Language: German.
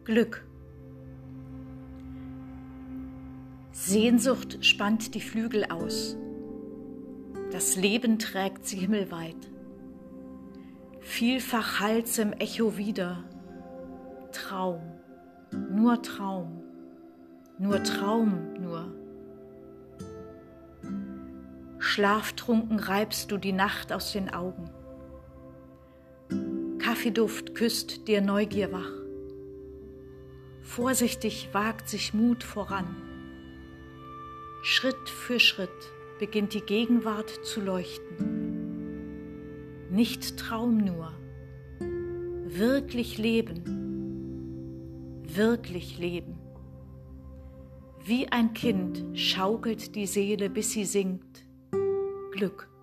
Glück. Sehnsucht spannt die Flügel aus. Das Leben trägt sie himmelweit. Vielfach hallt's im Echo wieder. Traum, nur Traum, nur Traum, nur. Schlaftrunken reibst du die Nacht aus den Augen. Kaffeeduft küsst dir Neugier wach. Vorsichtig wagt sich Mut voran. Schritt für Schritt beginnt die Gegenwart zu leuchten. Nicht Traum nur, wirklich Leben, wirklich Leben. Wie ein Kind schaukelt die Seele, bis sie singt. Glück.